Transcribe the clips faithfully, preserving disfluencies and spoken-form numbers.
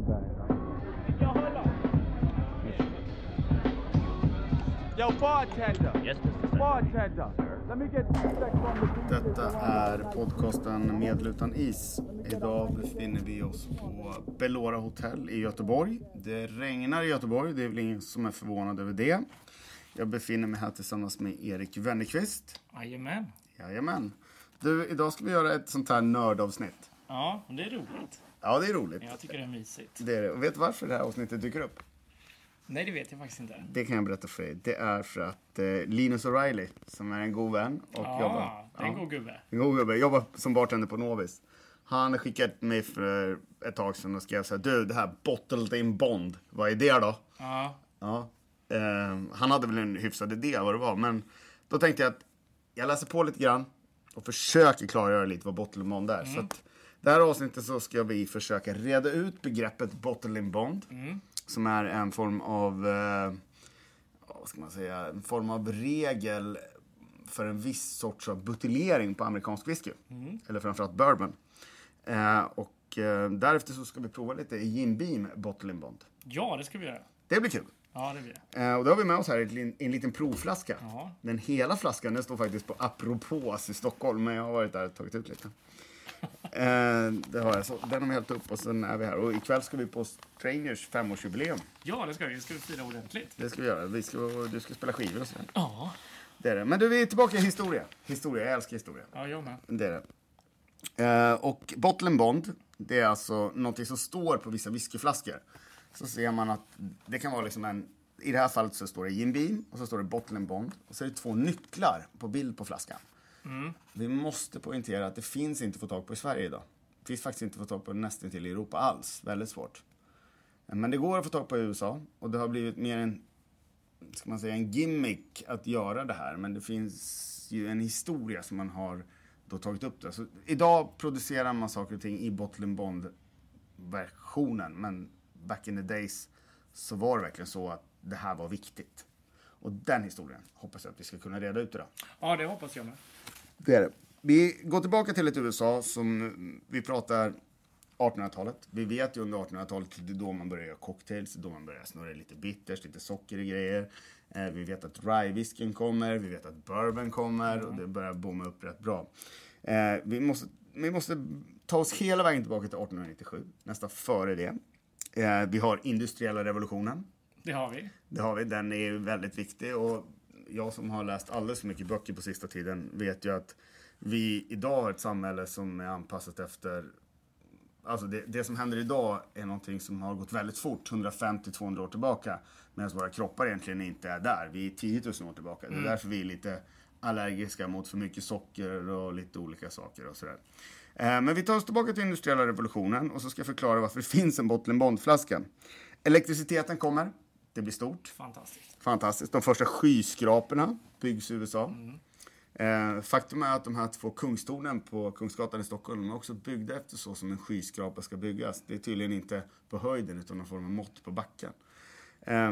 Yo, bartender. Yes, mister Bartender. Let me get two seconds on the Detta är podcasten Medel utan is. Idag befinner vi oss på Bellora Hotel i Göteborg. Det regnar i Göteborg, det är väl ingen som är förvånad över det. Jag befinner mig här tillsammans med Erik Wennerqvist. Jajamän. Jajamän. Du, idag ska vi göra ett sånt här nördavsnitt. Ja, det är roligt. Ja, det är roligt. Jag tycker det är mysigt. Det är det. Och vet du varför det här avsnittet dyker upp? Nej, det vet jag faktiskt inte. Det kan jag berätta för dig. Det är för att eh, Linus O'Reilly, som är en god vän och Ja, jobbar... det är en god gubbe. En god gubbe. Jobbar som bartender på Novis. Han skickade mig för ett tag sedan och skrev så här: du, det här Bottled in Bond, vad är det då? Ja, Ja. Eh, han hade väl en hyfsad idé vad det var, men då tänkte jag att jag läser på lite grann och försöker klargöra lite vad Bottled in Bond är. Mm. Så att det här avsnittet så ska vi försöka reda ut begreppet Bottled in Bond. Mm. Som är en form av, eh, vad ska man säga, en form av regel för en viss sorts av buteljering på amerikansk whisky. Mm. Eller framförallt bourbon. Eh, och eh, därefter så ska vi prova lite Jim Beam Bottled in Bond. ja, det ska vi göra. Det blir kul. Ja, det blir det. Eh, och då har vi med oss här en, en liten provflaska. Ja. Den hela flaskan, den står faktiskt på Apropos i Stockholm. Men jag har varit där och tagit ut lite. eh, det har jag. Så den har vi hällt upp och sen är vi här. Och ikväll ska vi på Strangers femårsjubileum. Ja, det ska vi. Det ska vi fira ordentligt. Det ska vi göra. Vi ska, du ska spela skivor och sådär. Ja. Det är det. Men du, vi är tillbaka i historia. Historia, jag älskar historia. Ja, jag med. Det är det. Eh, och Bottled in Bond, det är alltså någonting som står på vissa whiskyflaskor. Så ser man att det kan vara liksom en... I det här fallet så står det Jim Beam och så står det Bottled in Bond. Och så är det två nycklar på bild på flaskan. Mm. Vi måste poängtera att det finns inte att få tag på i Sverige idag. Det finns faktiskt inte att få tag på nästan till i Europa alls. Väldigt svårt. Men det går att få tag på i U S A. Och det har blivit mer en, ska man säga, en gimmick att göra det här. Men det finns ju en historia som man har då tagit upp det. Så idag producerar man saker och ting i Bottled in Bond-versionen. Men back in the days så var det verkligen så att det här var viktigt. Och den historien hoppas jag att vi ska kunna reda ut idag. Ja, det hoppas jag med. Det är det. Vi går tillbaka till ett U S A som vi pratar artonhundratalet. Vi vet ju under artonhundratalet det är då man börjar göra cocktails, då man börjar snurra lite bitters, lite socker och grejer. Eh, vi vet att rye whiskyn kommer, vi vet att bourbon kommer och det börjar bomma upp rätt bra. Eh, vi, måste, vi måste ta oss hela vägen tillbaka till artonhundranittiosju, nästan före det. Eh, vi har industriella revolutionen. Det har vi. Det har vi, den är väldigt viktig och jag som har läst alldeles för mycket böcker på sista tiden vet ju att vi idag har ett samhälle som är anpassat efter, alltså det, det som händer idag är någonting som har gått väldigt fort, hundrafemtio till tvåhundra år tillbaka, medan våra kroppar egentligen inte är där, vi är tio tusen år tillbaka. Det är därför vi är lite allergiska mot för mycket socker och lite olika saker och sådär. Eh, men vi tar oss tillbaka till industriella revolutionen och så ska jag förklara varför det finns en Bottled in Bond-flaska. Elektriciteten kommer. Det blir stort. Fantastiskt. Fantastiskt. De första skyskraporna byggs i U S A. Mm. Eh, faktum är att de här två kungstornen på Kungsgatan i Stockholm är också byggda efter så som en skyskrapa ska byggas. Det är tydligen inte på höjden utan någon form av mått på backen. Eh,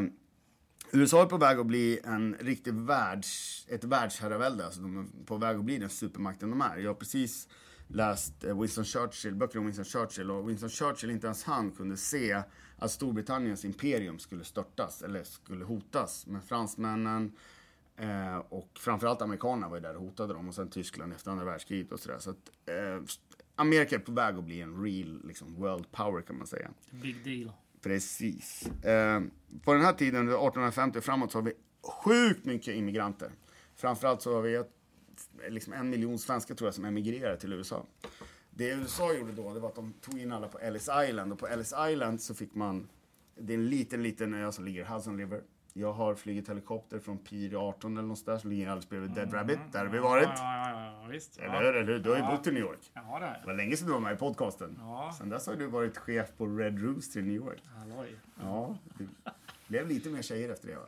U S A är på väg att bli en riktig världs, ett världsherravälde. Alltså de är på väg att bli den supermakten de är. Jag har precis läst Winston Churchill, böcker om Winston Churchill, och Winston Churchill, inte ens han kunde se att Storbritanniens imperium skulle störtas eller skulle hotas. Men fransmännen eh, och framförallt amerikanerna var ju där och hotade dem, och sen Tyskland efter andra världskriget och sådär. Så att eh, Amerika är på väg att bli en real liksom, world power kan man säga. Big deal. Precis. Eh, på den här tiden, artonhundrafemtio och framåt, så har vi sjukt mycket immigranter. Framförallt så har vi ett liksom en miljon svenskar tror jag som emigrerar till U S A. Det U S A gjorde då, det var att de tog in alla på Ellis Island, och på Ellis Island så fick man, det är en liten liten ö som ligger i Hudson River. Jag har flugit helikopter från Pier arton eller någonstans som ligger alldeles bredvid Dead Rabbit, där har vi varit. Ja, ja, ja, visst. Eller hur? Eller hur? Du har ju Ja. bott i New York. Ja, det är Det var länge sedan du var med i podcasten. Ja. Sen dess har du varit chef på Red Rooster i New York. Halloj. Ja, det blev lite mer tjejer efter det, va?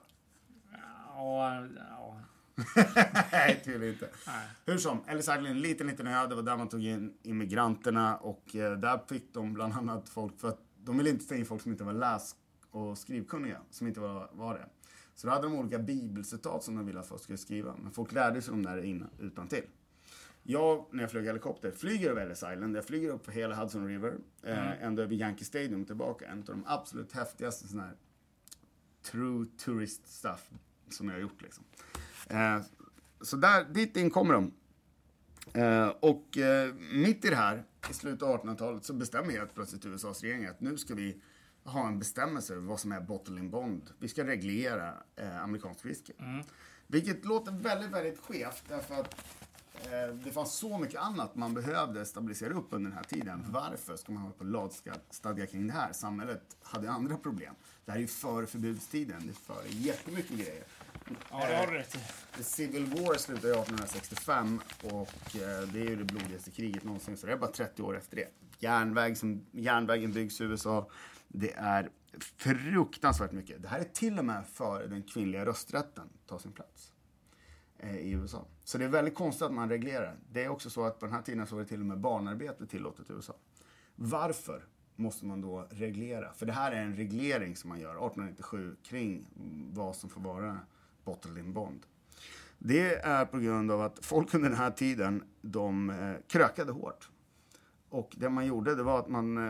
Ja, ja. Nej, tydligen inte. Nej. Hur som, Ellis Island är en liten, liten ö. Det var där man tog in immigranterna. Och eh, där fick de bland annat folk, för att de ville inte ta in folk som inte var läs- och skrivkunniga. Som inte var, var det. Så då hade de olika bibelcitat som de ville att folk skulle skriva. Men folk lärde sig de där innan, utan till. Jag, när jag flög helikopter, flyger över Ellis Island. Jag flyger upp för hela Hudson River. Mm. Eh, ända över Yankee Stadium tillbaka. En av de absolut häftigaste sådana här true tourist stuff som jag har gjort liksom. Eh, så där, dit in kommer de. Eh, och eh, mitt i det här, i slutet av artonhundratalet, så bestämmer helt plötsligt U S A:s regering att nu ska vi ha en bestämmelse över vad som är bottling bond. Vi ska reglera eh, amerikansk whisky. Mm. Vilket låter väldigt, väldigt skevt därför att eh, det fanns så mycket annat man behövde stabilisera upp under den här tiden. Mm. Varför ska man ha på lagstadga kring det här? Samhället hade andra problem. Det här är ju före förbudstiden. Det är före jättemycket grejer. Ja, det har du rätt i. The Civil War slutade arton sextiofem och eh, det är ju det blodigaste kriget någonsin. Så det är bara trettio år efter det. Järnväg som, järnvägen byggs i U S A. Det är fruktansvärt mycket. Det här är till och med för den kvinnliga rösträtten tar sin plats eh, i U S A. Så det är väldigt konstigt att man reglerar. Det är också så att på den här tiden så var det till och med barnarbete tillåtet i U S A. Varför måste man då reglera? För det här är en reglering som man gör arton nittiosju kring vad som får vara bottling bond. Det är på grund av att folk under den här tiden de eh, krökade hårt. Och det man gjorde det var att man eh,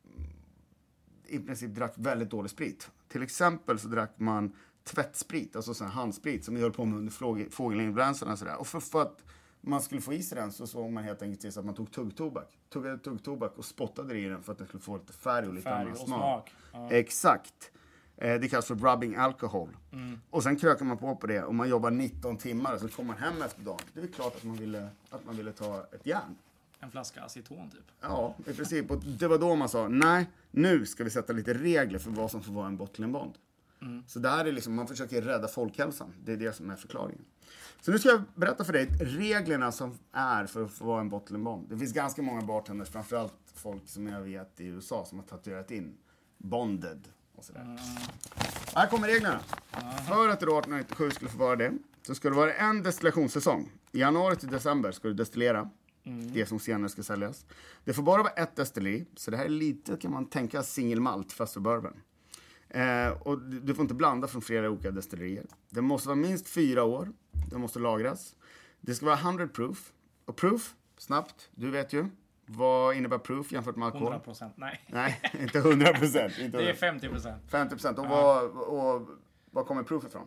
i princip drack väldigt dålig sprit. Till exempel så drack man tvättsprit, alltså sån här handsprit som vi höll på med under fågelinfluensan och sådär. Och för, för att man skulle få i sig den så såg man helt enkelt till så att man tog tuggtobak. Tuggade tuggtobak och spottade i den för att den skulle få lite färg och lite färg annan och smak. smak. Ja. Exakt. Eh, det kallas för rubbing alcohol. Mm. Och och sen krökar man på på det och man jobbar nitton timmar och så kommer man hem efter dagen. Det är väl klart att man ville, att man ville ta ett järn. En flaska aceton typ. Ja, i princip. Och det var då man sa, nej, nu ska vi sätta lite regler för vad som får vara en bottling bond. Mm. Så där är liksom, man försöker rädda folkhälsan. Det är det som är förklaringen. Så nu ska jag berätta för dig reglerna som är för att få vara en bottling bond. Det finns ganska många bartenders, framförallt folk som jag vet i U S A som har tatuerat in bonded och sådär. Mm. Här kommer reglerna. Mm. För att det då arton nittiosju skulle få vara det så ska det vara en destillationssäsong. I januari till december ska du destillera. Mm. Det som senare ska säljas. Det får bara vara ett destilleri. Så det här är lite, kan man tänka, singelmalt fast för bourbon. Eh, och du får inte blanda från flera olika destillerier. Det måste vara minst fyra år. Det måste lagras. Det ska vara hundra proof. Och proof, snabbt, du vet ju. Vad innebär proof jämfört med alkohol? hundra procent, nej. Nej, inte hundra procent. Det är femtio procent. femtio procent. Och, ja. vad, och vad kommer proof ifrån?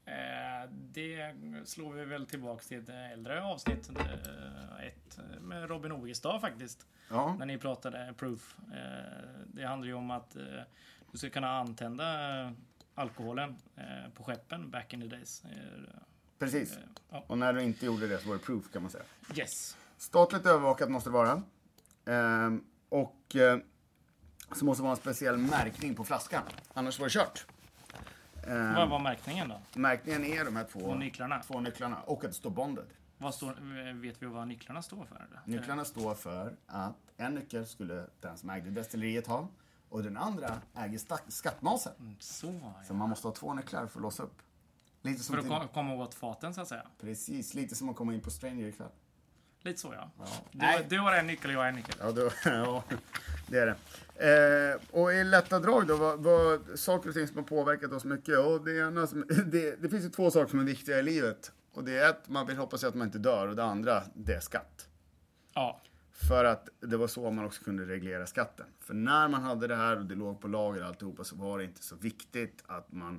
Eh, det slår vi väl tillbaka till ett äldre avsnitt. Eh, ett med Robin Ogestad faktiskt. Ja. När ni pratade proof. Eh, det handlar ju om att eh, du ska kunna antända eh, alkoholen eh, på skeppen back in the days. Eh, Precis. Eh, ja. Och när du inte gjorde det så var det proof, kan man säga. Yes. Statligt övervakat måste det vara. Ehm, och eh, så måste det vara en speciell märkning på flaskan. Annars var det kört. Ehm, Vad var märkningen då? Märkningen är de här två, Två nycklarna. två nycklarna. Och att det står bonded. Vad står, vet vi vad nycklarna står för? Eller? Nycklarna står för att en nyckel skulle den som ägde destilleriet ha. Och den andra äger sta- skattmasen. Mm, så, ja. Så man måste ha två nycklar för att låsa upp. Lite som För att till, kom, komma åt faten så att säga. precis, lite som att komma in på Stranger ikväll. Lite så ja. Ja. Du, du har en nyckel och jag har en nyckel. Ja, då, ja, det är det. Eh, och i lätta drag då, vad, vad, saker och ting som har påverkat oss mycket. Och det, ena som, det, det finns ju två saker som är viktiga i livet. Och det är att man vill hoppas att man inte dör. Och det andra, det är skatt. Ja. För att det var så man också kunde reglera skatten. För när man hade det här och det låg på lager och alltihopa så var det inte så viktigt att man...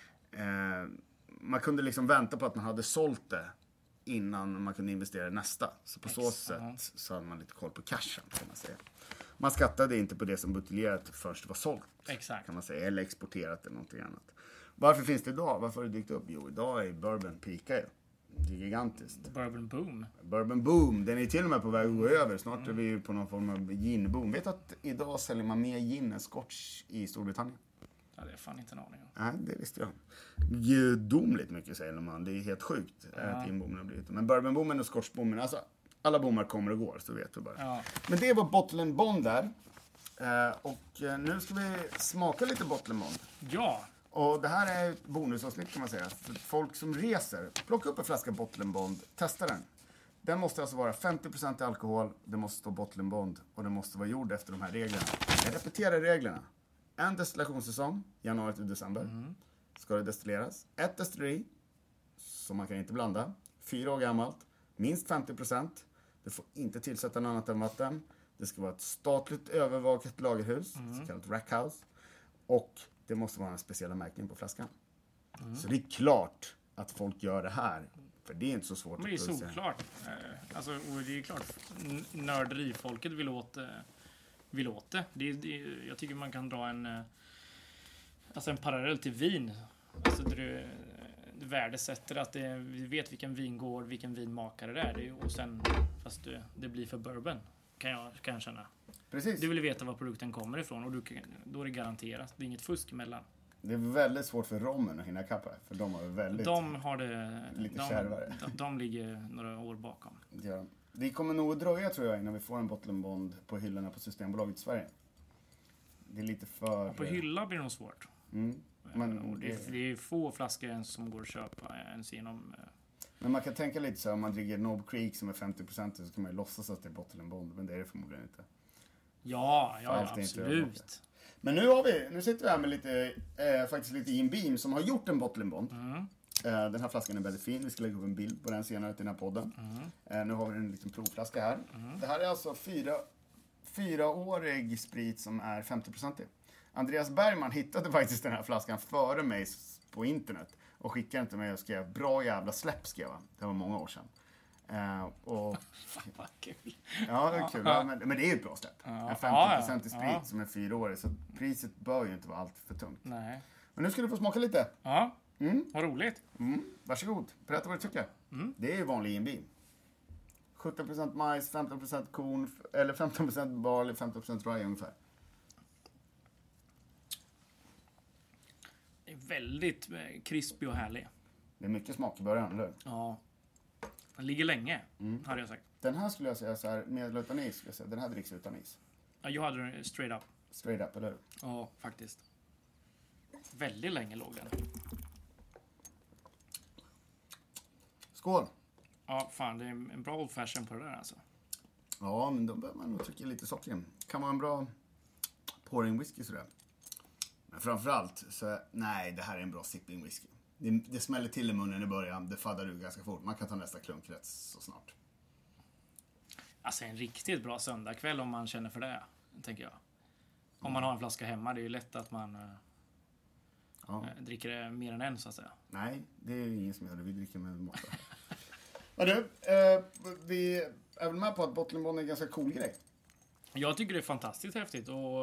Eh, man kunde liksom vänta på att man hade sålt det innan man kunde investera i nästa. Så på så Exakt. sätt så hade man lite koll på cashen, kan man säga. Man skattade inte på det som buteljerat först var sålt. Exakt. Kan man säga. Eller exporterat eller någonting annat. Varför finns det idag? Varför har det dykt upp? Jo, idag är bourbon pika ju. Det är gigantiskt. Bourbon boom. Bourbon boom. Den är till och med på väg att gå över. Snart är vi ju på någon form av gin boom. Vet du att idag säljer man mer gin än scotch i Storbritannien? Ja, det är fan inte en aning om. Nej, det visste jag. Gudomligt mycket säger man. Det är helt sjukt Ja. att ginboomen har blivit. Men bourbonboomen och scotchboomen, alltså alla boomar kommer och går, så vet du bara. Ja. Men det var Bottling Bond där. Eh, och eh, nu ska vi smaka lite Bottling Bond. Ja. Och det här är ett bonusavsnitt kan man säga. För folk som reser, plocka upp en flaska Bottling Bond, testa den. Den måste alltså vara femtio procent alkohol, det måste stå Bottling Bond och det måste vara gjord efter de här reglerna. Jag repeterar reglerna. En destillationssäsong, januari till december, mm. ska det destilleras. Ett destilleri, som man kan inte blanda, fyra år gammalt, minst femtio procent. Du får inte tillsätta något annat än vatten. Det ska vara ett statligt övervakat lagerhus, mm. så kallat rackhouse. Och det måste vara en speciell märkning på flaskan. Mm. Så det är klart att folk gör det här. För det är inte så svårt. Men det är såklart. Alltså, och det är klart, nörderifolket vill åt, vill åt det. Det, det. Jag tycker man kan dra en, alltså en parallell till vin. Alltså det, det värdesätter att det, vi vet vilken vingård, vilken vinmakare det är. Det, och sen, fast det, det blir för bourbon, kan jag, kan jag känna. Precis. Du vill veta var produkten kommer ifrån och du, då är det garanterat. Det är inget fusk emellan. Det är väldigt svårt för rommen att hinna kappa. För de har väldigt... De har det... Lite de, kärvare. De, de ligger några år bakom. Ja. Det kommer nog att dröja, tror jag, innan vi får en Bottle and Bond på hyllorna på Systembolaget i Sverige. Det är lite för... Och på hylla blir det nog svårt. Mm. Men och det, det... det är få flaskor som går att köpa ens genom... Men man kan tänka lite så här, om man dricker Knob Creek som är femtio procent så kan man ju låtsas att det är Bottle and Bond. Men det är det förmodligen inte. Ja, ja, ja absolut. Men nu har vi, nu sitter vi här med lite, eh, faktiskt lite Jim Beam som har gjort en Bottle and Bond. Mm. Eh, den här flaskan är väldigt fin, vi ska lägga upp en bild på den senare till den här podden. Mm. Eh, nu har vi en liten provflaska här. Mm. Det här är alltså fyra, fyraårig sprit som är femtio procent. Andreas Bergman hittade faktiskt den här flaskan före mig på internet och skickade den till mig och skrev bra jävla släpp, skrev han. Det var många år sedan. Uh, och, fan vad kul. Ja, det är kul. Ja, men, men det är ju ett bra släpp. Ja. En femtio procent i sprit ja. Som är fyra år. Så priset bör ju inte vara allt för tungt. Nej. Men nu ska du få smaka lite. Ja, mm. Vad roligt. Mm. Varsågod, berätta vad du tycker. Mm. Det är ju vanlig Jim Beam. sjutton procent majs, femton procent korn, eller femton procent barley, femton procent rye ungefär. Det är väldigt krispig och härlig. Det är mycket smak i början, eller? Ja. Den ligger länge, mm. hade jag sagt. Den här skulle jag säga så här, med eller utan is, skulle jag säga. Den här dricks utan is. Ja, jag hade den straight up. Straight up, eller hur? Ja, faktiskt. Väldigt länge låg den. Skål! Ja, fan, det är en bra old fashion på det där alltså. Ja, men då behöver man nog trycka lite socker in. Kan vara en bra pouring whisky sådär. Men framförallt så, nej, det här är en bra sipping whisky. Det, det smäller till i munnen i början, det faddar ur ganska fort. Man kan ta nästa klunk rätt så snart. Alltså en riktigt bra söndagkväll om man känner för det, tänker jag. Om mm. man har en flaska hemma, det är ju lätt att man äh, ja. äh, dricker det mer än en, så att säga. Nej, det är ingen som gör det. Vi dricker med måtta. Men du, äh, vi är väl med på att Bottle and Bond är en ganska cool grej. Jag tycker det är fantastiskt häftigt och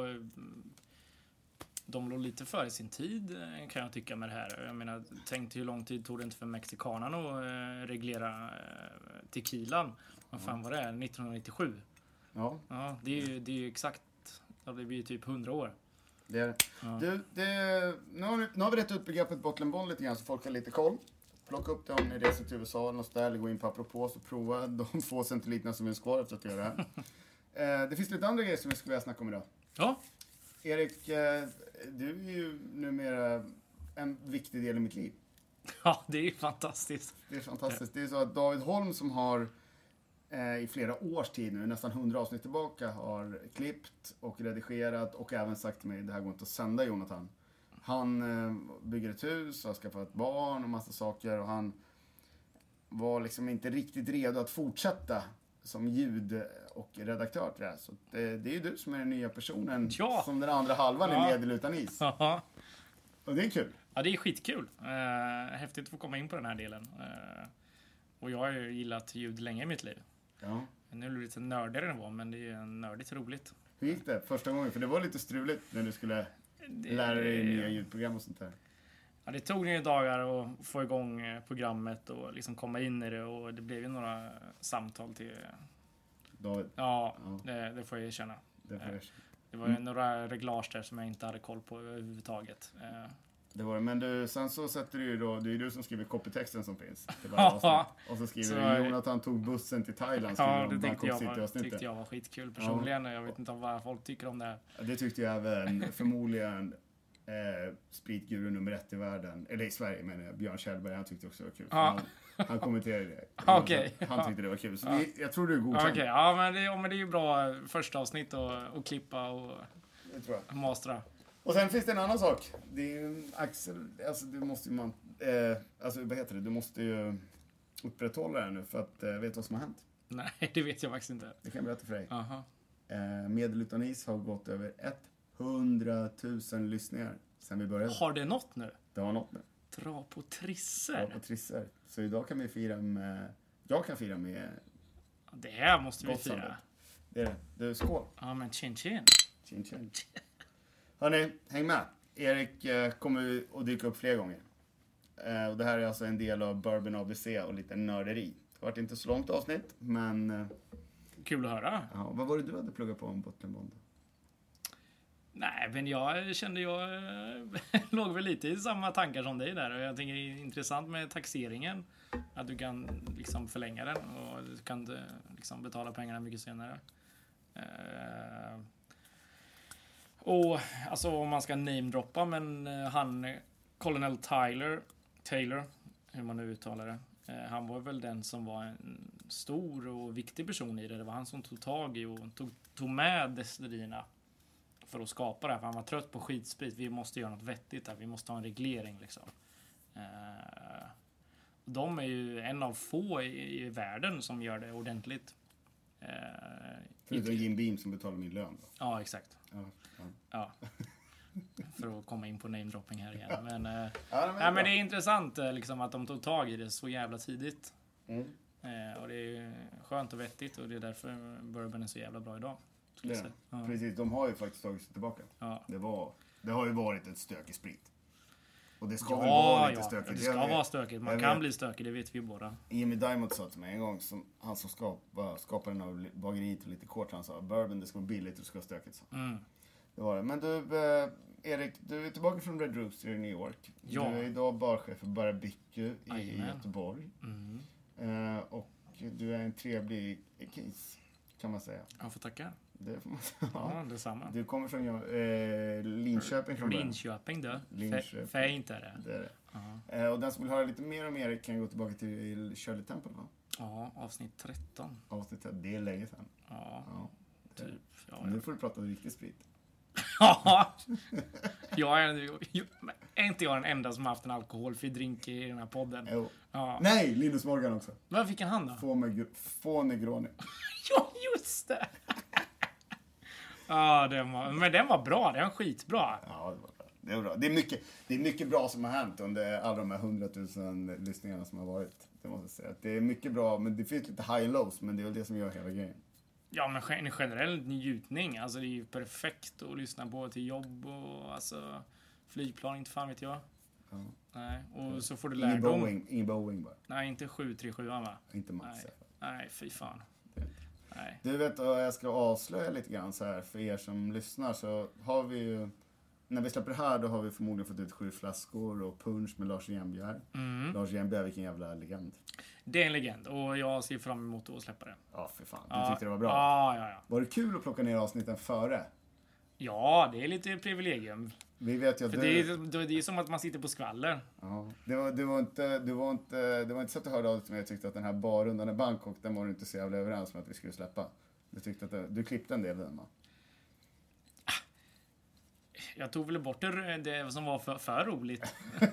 de låg lite före sin tid, kan jag tycka, med det här. Jag menar, tänk hur lång tid tog det inte för mexikanerna att äh, reglera äh, tequilan. Vad fan var det? nittonhundranittiosju. Ja. Ja, det är ju det är exakt, ja, det blir typ hundra år. Det är det. Ja. Du, det, nu, har vi, nu har vi rätt ut begreppet Bottle and Bond lite grann så folk har lite koll. Plocka upp det om ni reser till U S A eller något där, eller gå in på apropå och prova de få centiliterna som finns kvar efter att göra det här. eh, det finns lite andra grejer som vi skulle vilja snacka om idag. Ja. Erik, eh, du är ju numera en viktig del i mitt liv. Ja, det är ju fantastiskt. Det är fantastiskt. Det är så att David Holm som har eh, i flera års tid nu, nästan hundra avsnitt tillbaka, har klippt och redigerat och även sagt till mig, det här går inte att sända, Jonathan. Han eh, bygger ett hus och har skaffat ett barn och massa saker och han var liksom inte riktigt redo att fortsätta som ljud- och redaktör till det här. Så det, det är ju du som är den nya personen, ja. Som den andra halvan ja. är medel utan is. Ja. Och det är kul. Ja, det är skitkul. Uh, häftigt att få komma in på den här delen. Uh, och jag har ju gillat ljud länge i mitt liv. Ja. Nu är det lite nördigare nivå, men det är nördigt roligt. Hur gick det första gången? För det var lite struligt när du skulle det, lära dig nya ljudprogram och sånt där. Ja, det tog några dagar att få igång programmet och liksom komma in i det. Och det blev ju några samtal till... David. Ja, ja. Det, det får jag erkänna. Det, får jag erkänna. Det var ju mm. några reglage där som jag inte hade koll på överhuvudtaget. Det var det. Men du, sen så sätter du ju då, det är ju du som skriver copytexten som finns till varje avsnitt. Och så skriver så, du Jonathan tog bussen till Thailand. Ja, det tyckte jag, var, tyckte jag var skitkul personligen. Ja. Jag vet inte vad folk tycker om det här. Det tyckte jag även förmodligen eh, spritguru nummer ett i världen. Eller i Sverige, men Björn Kjellberg, han tyckte också det var kul. Ja. Han, han kommenterade det. Okay. Han tyckte det var kul. Så vi, jag tror du är godkänd. Okej, okay. Ja, men det, ja, men det är ju bra första avsnitt och, och klippa och det tror jag. mastra. Och sen finns det en annan sak. Det är ju en axel, alltså du måste ju man, eh, alltså vad heter det, du måste ju upprätthålla det nu för att eh, veta vad som har hänt. Nej, det vet jag faktiskt inte. Det kan jag berätta för dig. Aha. Eh, Medel utan is har gått över hundratusen lyssningar sen vi började. Har det nått nu? Det har nått nu. Dra på trisser. Ja, på trisser. Så idag kan vi fira med... Jag kan fira med... Det här måste vi Gott fira. samarbete. Det är det. Du, skål. Ja, men chin chin. Chin chin. Hörrni, häng med. Erik eh, kommer att dyka upp fler gånger. Eh, och det här är alltså en del av Bourbon A B C och lite nörderi. Det har varit inte så långt avsnitt, men... Eh, Kul att höra. ja, vad var det du hade pluggat på om Bottenbond? Nej, men jag kände jag äh, låg väl lite i samma tankar som dig där. Och jag tänker det är intressant med taxeringen. Att du kan liksom förlänga den och du kan äh, liksom betala pengarna mycket senare. Uh, och alltså om man ska namedroppa, men uh, han, Colonel Tyler, Taylor, hur man nu uttalar det. Uh, han var väl den som var en stor och viktig person i det. Det var han som tog tag i och tog, tog med destillerierna för att skapa det här. För han var trött på skitsprit. Vi måste göra något vettigt här. Vi måste ha en reglering liksom. Uh, de är ju en av få i, i världen som gör det ordentligt. Uh, Förutom Jim Beam som betalar min lön då. Ja, exakt. Ja, ja. Ja. För att komma in på namedropping här igen. Men, uh, Ja, men, ja, men det är intressant uh, liksom, att de tog tag i det så jävla tidigt. Mm. Uh, och det är skönt och vettigt. Och det är därför bourbon är så jävla bra idag. Det är säga. det. Ja. Precis, de har ju faktiskt tagit sig tillbaka. Ja. Det, var, det har ju varit ett stökig sprit. Och det ska Ja, väl vara lite ja, stökigt. det ska Jag vet- vara stökigt. Man jag kan vet. bli stökig, det vet vi båda. Jimmy Diamond sa till mig en gång, som, han som skapade, skaparen av bageriet och lite kort, han sa bourbon, det ska vara billigt och det ska vara stökigt. Så. Mm. Det var det. Men du, eh, Erik, du är tillbaka från Red Rooster i New York. Ja. Du är idag barchef för Barbecue i Jajamän. Göteborg. Mm. Eh, och du är en trevlig kis, kan man säga. Jag får tacka. Det får man säga. Ja, detsamma. Du kommer från eh, Linköping från början. Linköping då. Linköping. Fäint är det. Det är det. Ja. Eh, och den som vill höra lite mer om Erik kan gå tillbaka till Shirley Temple, va? Ja, avsnitt tretton. Avsnittet, det är länge sedan. Ja, Ja, det är det. typ. Ja, Nu får du prata om riktig sprit. ja. Jag är, jag, är inte jag den enda som har haft en alkoholfri drink i den här podden? Jo. Ja. Nej, Linus Morgan också. Vad fick han då? Få, med, få Negroni. Ja, just det! Ja, den var, men den var bra. Den var skitbra. Ja, det var bra. Det är bra. Det är mycket, det är mycket bra som har hänt under alla de här hundratusen lyssningarna som har varit. Det måste jag säga. Det är mycket bra, men det finns lite high and lows, men det är väl det som gör hela grejen. Ja, men en generell njutning. Alltså det är ju perfekt att lyssna på till jobb och alltså flygplan, inte fan vet jag. Ja. Nej, och så får du Ingen lärdom. Boeing, ingen Boeing bara. Nej, inte sju tre sju va? Inte Max. Nej. Nej, fy fan. Nej. Du vet, och jag ska avslöja lite grann så här för er som lyssnar, så har vi ju, när vi släpper det här, då har vi förmodligen fått ut sju flaskor och punch med Lars Jenbjer. Mm. Lars Jenbjer, vilken jävla legend. Det är en legend och jag ser fram emot att släppa det. Ja, för fan. Du Ja. tyckte det var bra. Ja, ja, ja. Var det kul att plocka ner avsnitten före? Ja, det är lite privilegium. Vi vet ju att För du... det är, det är som att man sitter på skvaller. Ja, det var, det var inte, det var inte, det var inte så att du hörde av dig till mig och tyckte att den här barrundan i Bangkok, den var du inte så jävla överens med att vi skulle släppa. Du tyckte att det, du klippte en del den, va? Jag tog väl bort det, det som var för, för roligt.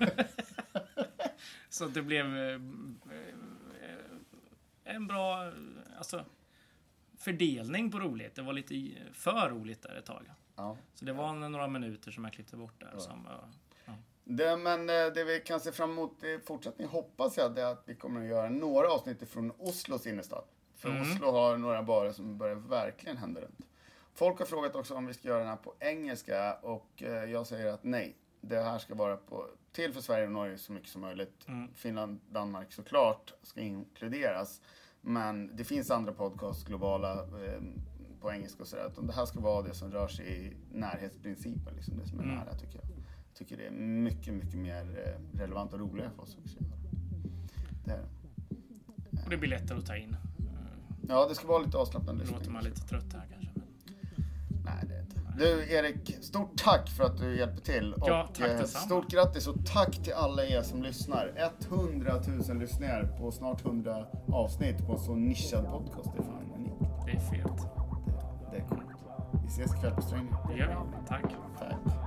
Så att det blev eh, eh, en bra alltså, fördelning på roligt. Det var lite för roligt där ett tag. Ja. Så det var några minuter som jag klippte bort där. Som, ja. Det, men eh, det vi kan se fram emot i fortsättning, hoppas jag, det är att vi kommer att göra några avsnitt från Oslos innerstad. För Mm. Oslo har några barer som börjar verkligen hända runt. Folk har frågat också om vi ska göra den här på engelska, och eh, jag säger att nej. Det här ska vara på, till för Sverige och Norge så mycket som möjligt. Mm. Finland, Danmark såklart ska inkluderas. Men det finns andra podcasts, globala, eh, på engelska och sådär. Det här ska vara det som rör sig i närhetsprincipen, liksom det som är Mm. nära, tycker jag. Jag tycker det är mycket, mycket mer eh, relevant och roligare för oss också. Det är det. Och det blir lättare att ta in. Ja, det ska vara lite avslappnande. Låter man lite trött här kanske. Men... Nej, det är inte. Du, Erik, stort tack för att du hjälper till. Ja, och tack eh, detsamma. stort grattis och tack till alla er som lyssnar. hundratusen lyssningar på snart hundra avsnitt på en så nischad podcast. Det är fan unikt. Det är fet. Det, det är coolt. Vi ses ikväll på Strängen. Det gör vi. Tack. Tack.